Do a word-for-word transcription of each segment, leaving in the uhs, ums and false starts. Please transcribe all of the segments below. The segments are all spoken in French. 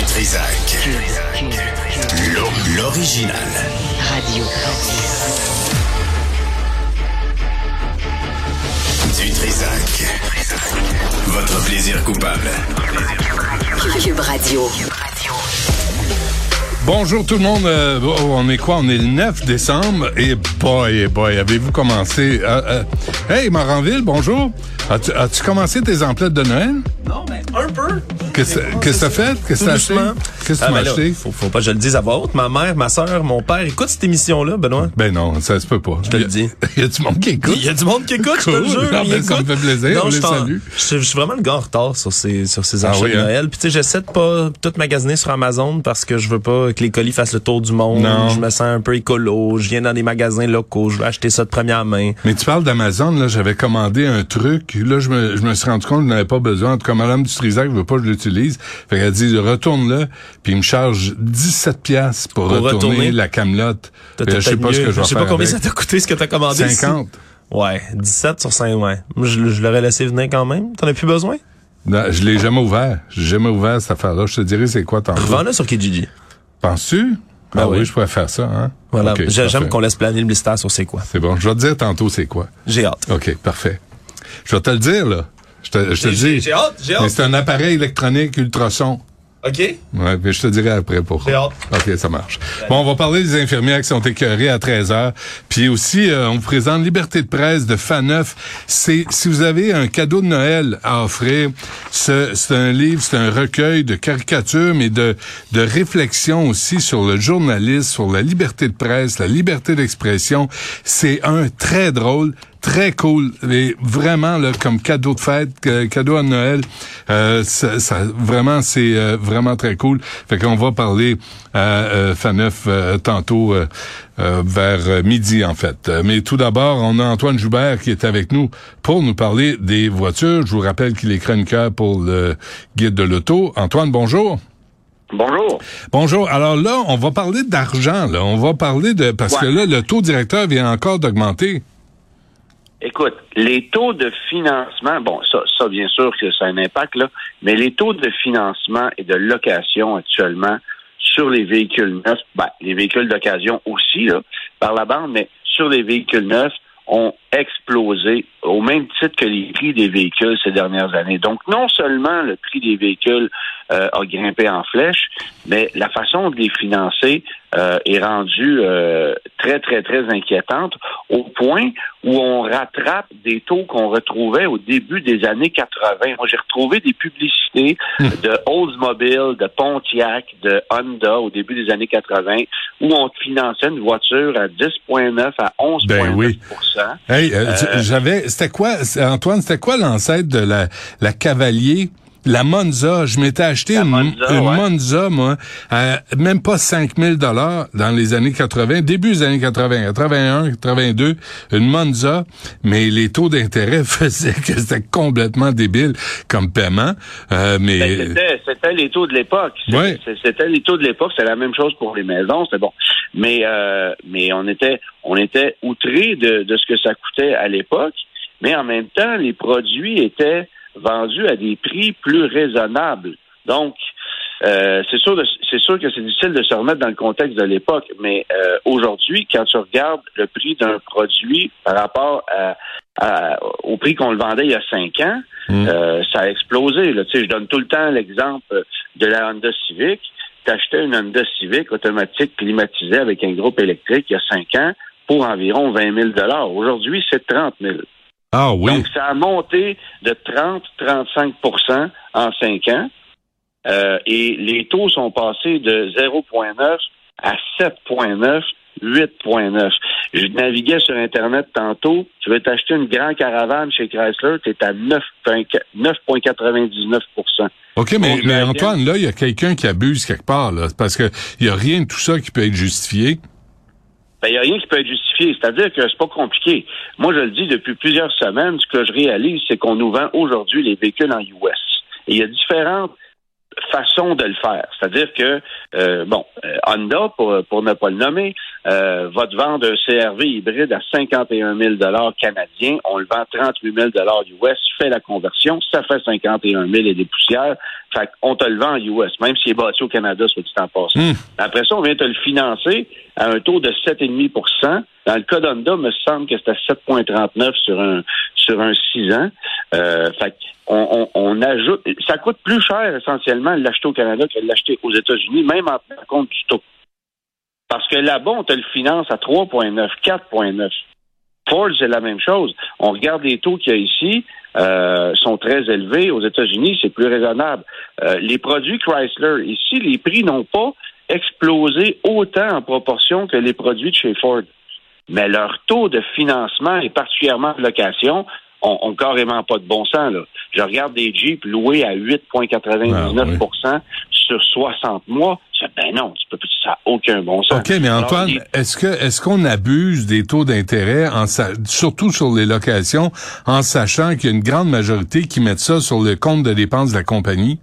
Trizac. L'original. Radio. Du Trizac. Votre plaisir coupable. Cube Radio. Bonjour tout le monde, euh, on est quoi? On est le neuf décembre et boy, boy, avez-vous commencé? Euh, euh, hey Moranville, bonjour. As-tu, as-tu commencé tes emplettes de Noël? Non, mais un peu. Qu'est-ce que ça fait? Qu'est-ce que t'as acheté? Qu'est-ce que tu m'as acheté? Faut, faut pas que je le dise à voix haute. Ma mère, ma soeur, mon père écoute cette émission-là, Benoît. Ben non, ça se peut pas. Je te le dis. Il y a du monde qui écoute. Il y a du monde qui écoute, cool. je te le jure. Non, ben, ça me fait plaisir, non, on les je salue. Je, je suis vraiment le gars en retard sur ces, sur ces achats ah, oui, de hein? Noël. Puis tu sais, j'essaie de pas tout magasiner sur Amazon parce que je veux pas que les colis fassent le tour du monde. Non. Je me sens un peu écolo. Je viens dans des magasins locaux. Je veux acheter ça de première main. Mais tu parles d'Amazon, là, j'avais commandé un truc. Là, je me, je me suis rendu compte que je n'avais pas besoin. En tout cas, Madame du Trizac veut pas que je l'utilise. Fait qu'elle dit, retourne-le. Puis il me charge dix-sept piastres pour, pour retourner, retourner la camelote. Je sais pas mieux. ce que je vais faire. Je sais pas combien avec. ça t'a coûté ce que t'as commandé. cinquante. Ici. Ouais, dix-sept sur cinq, ouais. Je, je l'aurais laissé venir quand même. T'en as plus besoin? Non, je l'ai jamais ouvert. J'ai jamais ouvert cette affaire-là. Je te dirais c'est quoi tantôt. Revends-le sur Kijiji. Penses-tu? Ben ah oui. oui, je pourrais faire ça, hein? Voilà. Okay, J'aime parfait. qu'on laisse planer le mystère sur c'est quoi. C'est bon. Je vais te dire tantôt c'est quoi. J'ai hâte. OK, parfait. Je vais te le dire, là. Je te, je te j'ai, dis. J'ai hâte, j'ai hâte. Mais c'est un appareil électronique ultrason. OK. Ouais, mais je te dirai après pour. J'ai hâte. OK, ça marche. Bon, on va parler des infirmières qui sont écœurées à treize heures. Puis aussi, euh, on vous présente Liberté de presse de Faneuf. C'est, si vous avez un cadeau de Noël à offrir, ce, c'est un livre, c'est un recueil de caricatures, mais de, de réflexions aussi sur le journalisme, sur la liberté de presse, la liberté d'expression. C'est un très drôle. Très cool, et vraiment là comme cadeau de fête, euh, cadeau à Noël, euh, ça, ça vraiment c'est euh, vraiment très cool. Fait qu'on va parler à euh, Faneuf euh, tantôt euh, euh, vers midi en fait. Mais tout d'abord, on a Antoine Joubert qui est avec nous pour nous parler des voitures. Je vous rappelle qu'il est chroniqueur pour le Guide de l'auto. Antoine, bonjour. Bonjour. Bonjour. Alors là, on va parler d'argent là. On va parler de parce ouais. que là le taux directeur vient encore d'augmenter. Écoute, les taux de financement, bon, ça, ça, bien sûr que ça a un impact, là, mais les taux de financement et de location actuellement sur les véhicules neufs, ben, les véhicules d'occasion aussi, là, par la bande, mais sur les véhicules neufs, ont explosé au même titre que les prix des véhicules ces dernières années. Donc, non seulement le prix des véhicules euh, a grimpé en flèche, mais la façon de les financer euh, est rendue euh, très, très, très inquiétante au point où on rattrape des taux qu'on retrouvait au début des années quatre-vingts. Moi, j'ai retrouvé des publicités de Oldsmobile, de Pontiac, de Honda au début des années quatre-vingts où on finançait une voiture à dix virgule neuf à onze virgule neuf pour cent. Ben oui. Hey, euh, euh, j'avais, c'était quoi, Antoine, c'était quoi l'ancêtre de la, la Cavalier? La Monza, je m'étais acheté une Monza, une ouais. Monza, moi, à même pas cinq mille dollars dans les années quatre-vingts, début des années quatre-vingts, quatre-vingt-un, quatre-vingt-deux, une Monza, mais les taux d'intérêt faisaient que c'était complètement débile comme paiement. Euh, mais ben, c'était, c'était les taux de l'époque. C'était, ouais. c'était les taux de l'époque, c'est la même chose pour les maisons, c'est bon. Mais euh, mais on était on était outrés de, de ce que ça coûtait à l'époque, mais en même temps, les produits étaient vendus à des prix plus raisonnables. Donc, euh, c'est sûr, de, c'est sûr que c'est difficile de se remettre dans le contexte de l'époque, mais euh, aujourd'hui, quand tu regardes le prix d'un produit par rapport à, à, au prix qu'on le vendait il y a cinq ans, mmh. euh, ça a explosé. Là. Tu sais, je donne tout le temps l'exemple de la Honda Civic. T'achetais une Honda Civic automatique climatisée avec un groupe électrique il y a cinq ans pour environ vingt mille dollars. Aujourd'hui, c'est trente mille. Ah oui. Donc, ça a monté de trente à trente-cinq pour cent en cinq ans. Euh, et les taux sont passés de zéro virgule neuf à sept virgule neuf, huit virgule neuf. Je naviguais sur Internet tantôt. Tu veux t'acheter une grande caravane chez Chrysler, tu es à neuf virgule quatre-vingt-dix-neuf pour cent. OK, mais, mais Antoine, là, il y a quelqu'un qui abuse quelque part, là, parce que il y a rien de tout ça qui peut être justifié. Ben, il n'y a rien qui peut être justifié. C'est-à-dire que c'est pas compliqué. Moi, je le dis depuis plusieurs semaines, ce que je réalise, c'est qu'on nous vend aujourd'hui les véhicules en U S. Et il y a différentes façons de le faire. C'est-à-dire que, euh, bon, euh, Honda, pour, pour ne pas le nommer, euh, va te vendre un C R V hybride à cinquante et un mille dollars canadiens. On le vend trente-huit mille dollars U S. Fais la conversion, ça fait cinquante et un mille et des poussières. Fait qu'on te le vend en U S, même s'il est bâti au Canada, soit dit en passant. Mmh. Après ça, on vient te le financer à un taux de sept virgule cinq pour cent. Dans le cas d'Honda, il me semble que c'était sept virgule trente-neuf sur un sur un six ans. Euh, fait on, on, on ajoute... Ça coûte plus cher, essentiellement, de l'acheter au Canada que de l'acheter aux États-Unis, même en tenant compte du taux. Parce que là-bas, on te le finance à trois virgule neuf, quatre virgule neuf. Ford, c'est la même chose. On regarde les taux qu'il y a ici, euh, sont très élevés. Aux États-Unis, c'est plus raisonnable. Euh, les produits Chrysler, ici, les prix n'ont pas explosé autant en proportion que les produits de chez Ford. Mais leur taux de financement, et particulièrement de location, ont, ont carrément pas de bon sens, là. Je regarde des Jeeps loués à huit virgule quatre-vingt-dix-neuf pour cent ah, oui. sur soixante mois. Ben non, tu peux, ça n'a aucun bon sens. OK, mais Antoine, Alors, les... est-ce que est-ce qu'on abuse des taux d'intérêt, en sa... surtout sur les locations, en sachant qu'il y a une grande majorité qui mettent ça sur le compte de dépenses de la compagnie?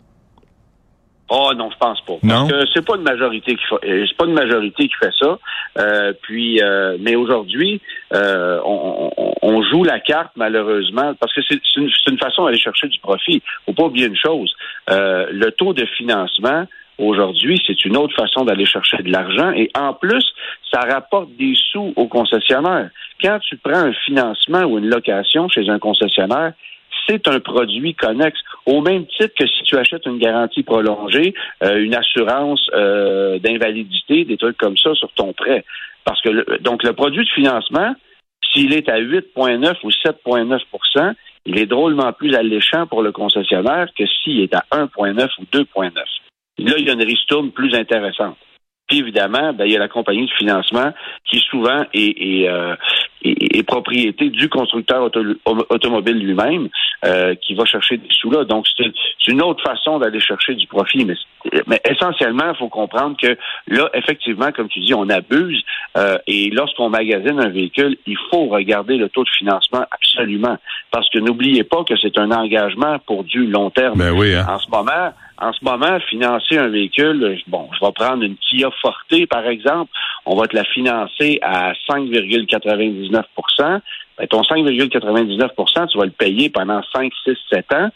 Oh non, je pense pas. Non. Parce que c'est pas une majorité qui fait, c'est pas une majorité qui fait ça. Euh, puis, euh, mais aujourd'hui, euh, on, on, on joue la carte malheureusement parce que c'est, c'est, une, c'est une façon d'aller chercher du profit. Faut pas oublier une chose. Euh, le taux de financement aujourd'hui, c'est une autre façon d'aller chercher de l'argent et en plus, ça rapporte des sous aux concessionnaires. Quand tu prends un financement ou une location chez un concessionnaire, c'est un produit connexe. Au même titre que si tu achètes une garantie prolongée, euh, une assurance euh, d'invalidité, des trucs comme ça sur ton prêt. Parce que le, donc le produit de financement, s'il est à huit virgule neuf ou sept virgule neuf pour cent, il est drôlement plus alléchant pour le concessionnaire que s'il est à un virgule neuf ou deux virgule neuf. Là, il y a une ristourne plus intéressante. Puis évidemment, ben, il y a la compagnie de financement qui souvent est, est, euh, est, est propriété du constructeur auto, automobile lui-même euh, qui va chercher des sous-là. Donc, c'est, c'est une autre façon d'aller chercher du profit. Mais, mais essentiellement, il faut comprendre que là, effectivement, comme tu dis, on abuse. Euh, et lorsqu'on magasine un véhicule, il faut regarder le taux de financement absolument. Parce que n'oubliez pas que c'est un engagement pour du long terme. Ben oui, hein. En ce moment... En ce moment, financer un véhicule, bon, je vais prendre une Kia Forte, par exemple, on va te la financer à cinq virgule quatre-vingt-dix-neuf pour cent. Ben, ton cinq virgule quatre-vingt-dix-neuf pour cent, tu vas le payer pendant cinq, six, sept ans.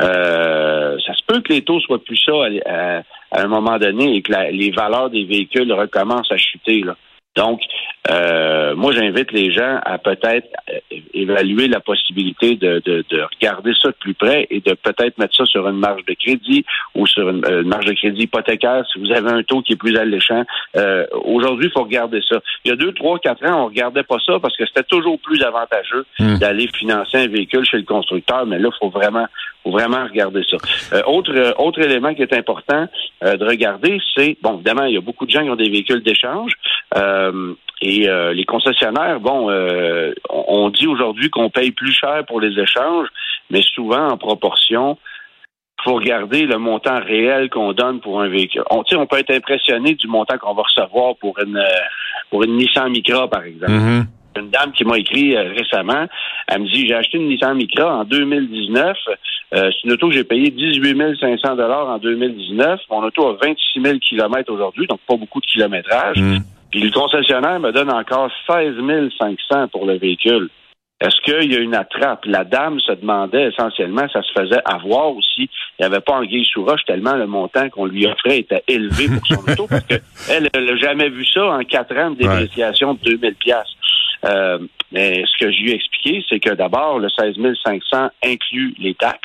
Euh, ça se peut que les taux soient plus ça à, à, à un moment donné et que la, les valeurs des véhicules recommencent à chuter, là. Donc, euh, moi, j'invite les gens à peut-être évaluer la possibilité de, de, de regarder ça de plus près et de peut-être mettre ça sur une marge de crédit ou sur une, une marge de crédit hypothécaire si vous avez un taux qui est plus alléchant. Euh, aujourd'hui, il faut regarder ça. Il y a deux, trois, quatre ans, on regardait pas ça parce que c'était toujours plus avantageux mmh. d'aller financer un véhicule chez le constructeur, mais là, il faut vraiment faut vraiment regarder ça. Euh, autre euh, autre élément qui est important euh, de regarder, c'est, bon, évidemment, il y a beaucoup de gens qui ont des véhicules d'échange. Euh, et euh, les concessionnaires, bon, euh, on dit aujourd'hui qu'on paye plus cher pour les échanges, mais souvent en proportion, il faut regarder le montant réel qu'on donne pour un véhicule. On, on peut être impressionné du montant qu'on va recevoir pour une pour une Nissan Micra, par exemple. Mm-hmm. Une dame qui m'a écrit euh, récemment, elle me dit, j'ai acheté une Nissan Micra en deux mille dix-neuf. Euh, c'est une auto que j'ai payé dix-huit mille cinq cents dollars en deux mille dix-neuf. Mon auto a vingt-six mille kilomètres aujourd'hui, donc pas beaucoup de kilométrage. Mm. Puis le concessionnaire me donne encore seize mille cinq cents pour le véhicule. Est-ce qu'il y a une attrape? La dame se demandait essentiellement, ça se faisait avoir aussi. Il n'y avait pas anguille sous roche tellement le montant qu'on lui offrait était élevé pour son auto parce qu'elle n'a jamais vu ça en quatre ans de dépréciation de deux mille dollars. Euh, mais ce que je lui ai expliqué, c'est que d'abord, le seize mille cinq cents inclut les taxes.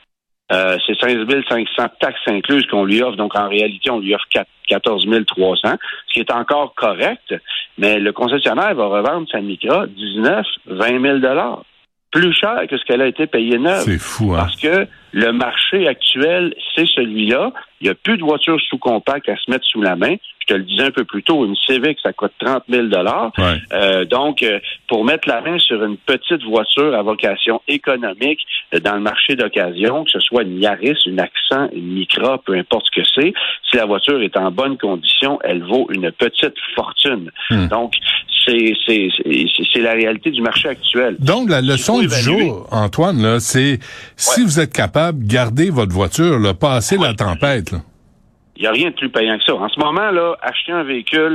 Euh, c'est seize mille cinq cents taxes incluses qu'on lui offre. Donc, en réalité, on lui offre quatorze mille trois cents, ce qui est encore correct. Mais le concessionnaire va revendre sa Micra dix-neuf, vingt mille dollars. Plus cher que ce qu'elle a été payée neuve. C'est fou, hein? Parce que le marché actuel, c'est celui-là. Il n'y a plus de voitures sous-compact à se mettre sous la main. Je te le disais un peu plus tôt, une Civic, ça coûte trente mille dollars. Ouais. Euh, donc, euh, pour mettre la main sur une petite voiture à vocation économique euh, dans le marché d'occasion, que ce soit une Yaris, une Accent, une Micra, peu importe ce que c'est, si la voiture est en bonne condition, elle vaut une petite fortune. Hmm. Donc, c'est, c'est, c'est, c'est la réalité du marché actuel. Donc, la leçon du jour, Antoine, là, c'est si ouais. vous êtes capable, gardez votre voiture, là, passez ouais. la tempête, là. Il n'y a rien de plus payant que ça. En ce moment, là, acheter un véhicule,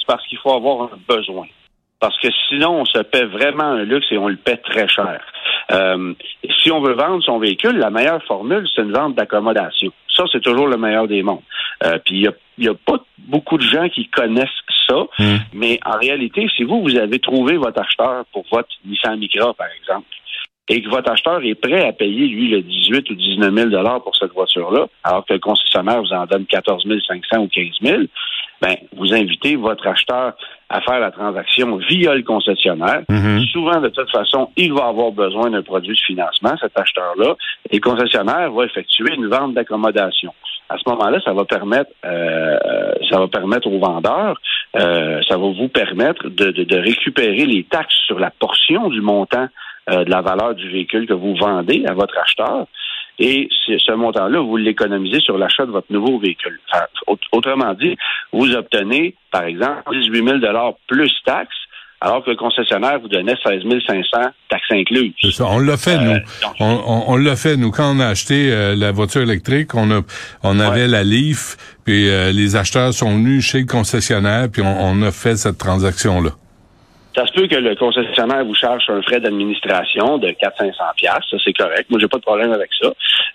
c'est parce qu'il faut avoir un besoin. Parce que sinon, on se paie vraiment un luxe et on le paie très cher. Euh, si on veut vendre son véhicule, la meilleure formule, c'est une vente d'accommodation. Ça, c'est toujours le meilleur des mondes. Euh, puis, il n'y a, a pas beaucoup de gens qui connaissent ça, mmh. mais en réalité, si vous, vous avez trouvé votre acheteur pour votre Nissan Micra, par exemple, et que votre acheteur est prêt à payer, lui, le dix-huit ou dix-neuf mille dollars pour cette voiture-là, alors que le concessionnaire vous en donne quatorze mille cinq cents ou quinze mille, ben, vous invitez votre acheteur à faire la transaction via le concessionnaire. Mm-hmm. Souvent, de toute façon, il va avoir besoin d'un produit de financement, cet acheteur-là, et le concessionnaire va effectuer une vente d'accommodation. À ce moment-là, ça va permettre, euh, ça va permettre aux vendeurs, euh, ça va vous permettre de, de, de récupérer les taxes sur la portion du montant euh, de la valeur du véhicule que vous vendez à votre acheteur. Et ce montant-là, vous l'économisez sur l'achat de votre nouveau véhicule. Enfin, autrement dit, vous obtenez, par exemple, dix-huit mille dollars plus taxes, alors que le concessionnaire vous donnait seize mille cinq cents taxes incluses. C'est ça, on l'a fait, euh, nous. Donc, on, on, on l'a fait, nous. Quand on a acheté euh, la voiture électrique, on a on avait ouais. la Leaf, puis euh, les acheteurs sont venus chez le concessionnaire, puis on, on a fait cette transaction-là. Ça se peut que le concessionnaire vous charge un frais d'administration de quatre cents à cinq cents dollars. Ça, c'est correct. Moi, j'ai pas de problème avec ça.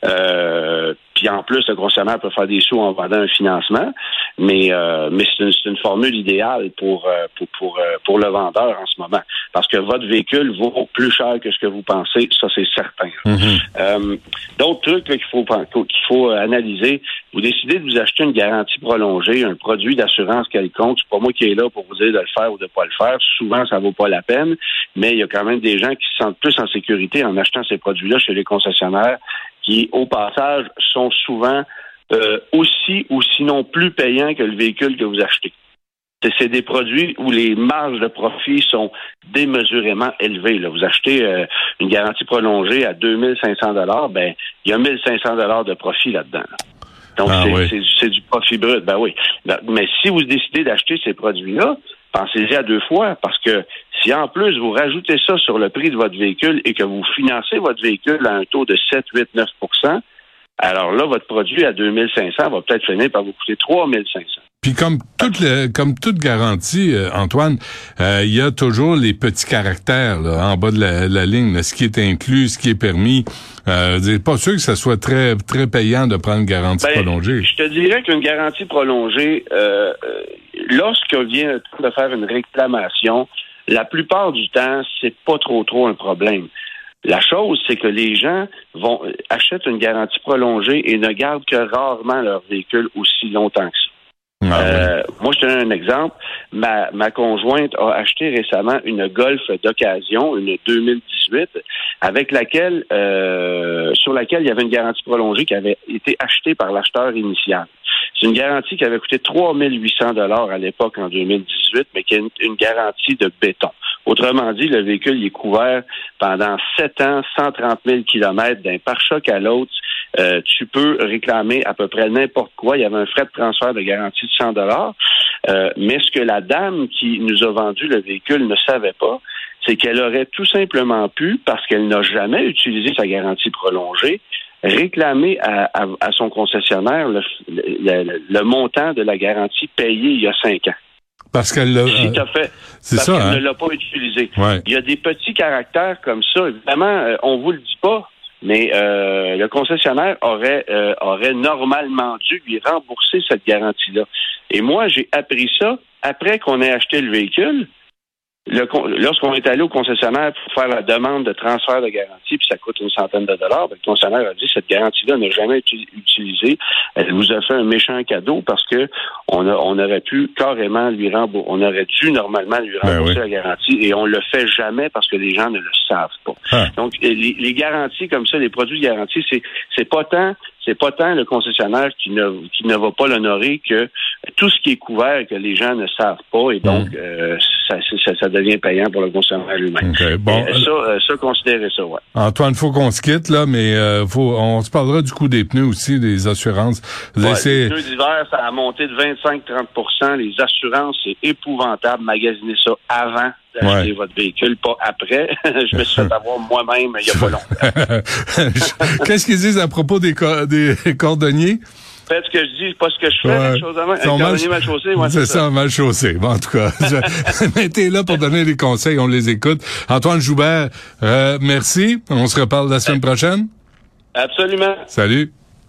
Euh, puis en plus, le concessionnaire peut faire des sous en vendant un financement. Mais euh, mais c'est une, c'est une formule idéale pour, euh, pour, pour, euh, pour le vendeur en ce moment. Parce que votre véhicule vaut plus cher que ce que vous pensez. Ça, c'est certain. Mm-hmm. Euh, d'autres trucs là, qu'il faut qu'il faut analyser. Vous décidez de vous acheter une garantie prolongée, un produit d'assurance quelconque. C'est pas moi qui est là pour vous dire de le faire ou de pas le faire. Souvent, ça vaut pas la peine. Mais il y a quand même des gens qui se sentent plus en sécurité en achetant ces produits-là chez les concessionnaires qui, au passage, sont souvent euh, aussi ou sinon plus payants que le véhicule que vous achetez. C'est, c'est des produits où les marges de profit sont démesurément élevées. Là. Vous achetez euh, une garantie prolongée à deux mille cinq cents dollars, ben il y a mille cinq cents dollars de profit là-dedans. Là. Donc, ah, c'est, oui. c'est, c'est du profit brut. Ben oui. Ben, mais si vous décidez d'acheter ces produits-là, pensez-y à deux fois, parce que si en plus vous rajoutez ça sur le prix de votre véhicule et que vous financez votre véhicule à un taux de sept, huit, neuf pour cent, alors là, votre produit à deux mille cinq cents va peut-être finir par vous coûter trois mille cinq cents. Puis comme toute le, comme toute garantie, euh, Antoine, euh, il y a toujours les petits caractères là, en bas de la, la ligne, là, ce qui est inclus, ce qui est permis. Euh, c'est pas sûr que ça soit très très payant de prendre une garantie ben, prolongée. Je te dirais qu'une garantie prolongée, euh, lorsque vient le temps de faire une réclamation, la plupart du temps, c'est pas trop trop un problème. La chose, c'est que les gens vont achètent une garantie prolongée et ne gardent que rarement leur véhicule aussi longtemps que ça. Ah, euh, oui. Moi, je te donne un exemple. Ma, ma conjointe a acheté récemment une Golf d'occasion, une deux mille dix-huit, avec laquelle, euh, sur laquelle il y avait une garantie prolongée qui avait été achetée par l'acheteur initial. C'est une garantie qui avait coûté trois mille huit cents dollars à l'époque en deux mille dix-huit, mais qui est une, une garantie de béton. Autrement dit, le véhicule il est couvert pendant sept ans, cent trente mille kilomètres d'un pare-choc à l'autre. Euh, tu peux réclamer à peu près n'importe quoi. Il y avait un frais de transfert de garantie de cent dollars. Euh, mais ce que la dame qui nous a vendu le véhicule ne savait pas, c'est qu'elle aurait tout simplement pu, parce qu'elle n'a jamais utilisé sa garantie prolongée, réclamer à, à, à son concessionnaire le, le, le montant de la garantie payée il y a cinq ans. Parce qu'elle l'a si t'as fait, c'est parce ça, qu'elle hein? ne l'a pas utilisé. Ouais. Il y a des petits caractères comme ça. Évidemment, euh, on vous le dit pas, mais euh, le concessionnaire aurait euh, aurait normalement dû lui rembourser cette garantie-là. Et moi, j'ai appris ça après qu'on ait acheté le véhicule. Le, lorsqu'on est allé au concessionnaire pour faire la demande de transfert de garantie, puis ça coûte une centaine de dollars, ben, le concessionnaire a dit cette garantie-là n'a jamais été utilisée. Elle vous a fait un méchant cadeau parce que on, a, on aurait pu carrément lui rembourser, on aurait dû normalement lui rembourser ben oui. la garantie et on le fait jamais parce que les gens ne le savent pas. Ah. Donc les, les garanties comme ça, les produits de garantie, c'est c'est pas tant c'est pas tant le concessionnaire qui ne qui ne va pas l'honorer que tout ce qui est couvert que les gens ne savent pas et donc mmh. euh, ça, ça, ça devient payant pour le concessionnaire lui-même. Okay, bon, et ça, euh, ça, considérez ça, ouais. Antoine, faut qu'on se quitte, là, mais euh, faut, on se parlera du coût des pneus aussi, des assurances. Ouais, les pneus d'hiver, ça a monté de vingt-cinq à trente pour cent. Les assurances, c'est épouvantable. Magasinez ça avant d'acheter ouais. votre véhicule, pas après. Je me suis fait avoir moi-même il y a pas longtemps. Qu'est-ce qu'ils disent à propos des, co- des cordonniers? Faites ce que je dis, pas ce que je fais, Ouais. les choses à main. Ils sont mal, mal chaussé, ouais, c'est ça, mal chaussé. Bon, en tout cas, je... mais t'es là pour donner des conseils, on les écoute. Antoine Joubert, euh, merci. On se reparle la semaine prochaine. Absolument. Salut.